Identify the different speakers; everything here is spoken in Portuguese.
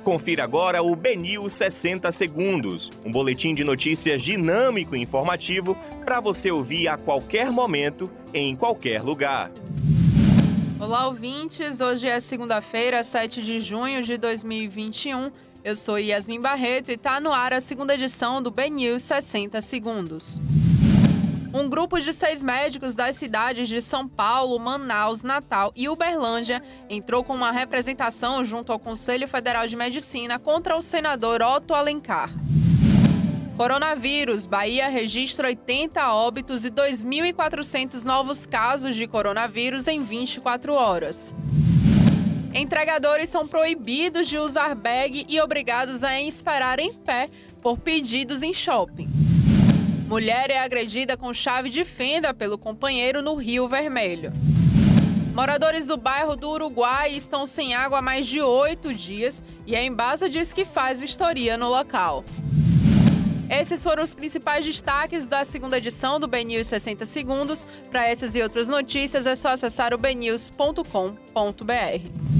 Speaker 1: Confira agora o BNews 60 Segundos, um boletim de notícias dinâmico e informativo para você ouvir a qualquer momento, em qualquer lugar.
Speaker 2: Olá, ouvintes! Hoje é segunda-feira, 7 de junho de 2021. Eu sou Yasmin Barreto e está no ar a segunda edição do BNews 60 Segundos. Um grupo de 6 médicos das cidades de São Paulo, Manaus, Natal e Uberlândia entrou com uma representação junto ao Conselho Federal de Medicina contra o senador Otto Alencar. Coronavírus. Bahia registra 80 óbitos e 2.400 novos casos de coronavírus em 24 horas. Entregadores são proibidos de usar bag e obrigados a esperar em pé por pedidos em shopping. Mulher é agredida com chave de fenda pelo companheiro no Rio Vermelho. Moradores do bairro do Uruguai estão sem água há mais de 8 dias e a Embasa diz que faz vistoria no local. Esses foram os principais destaques da segunda edição do BNews 60 Segundos. Para essas e outras notícias é só acessar o bnews.com.br.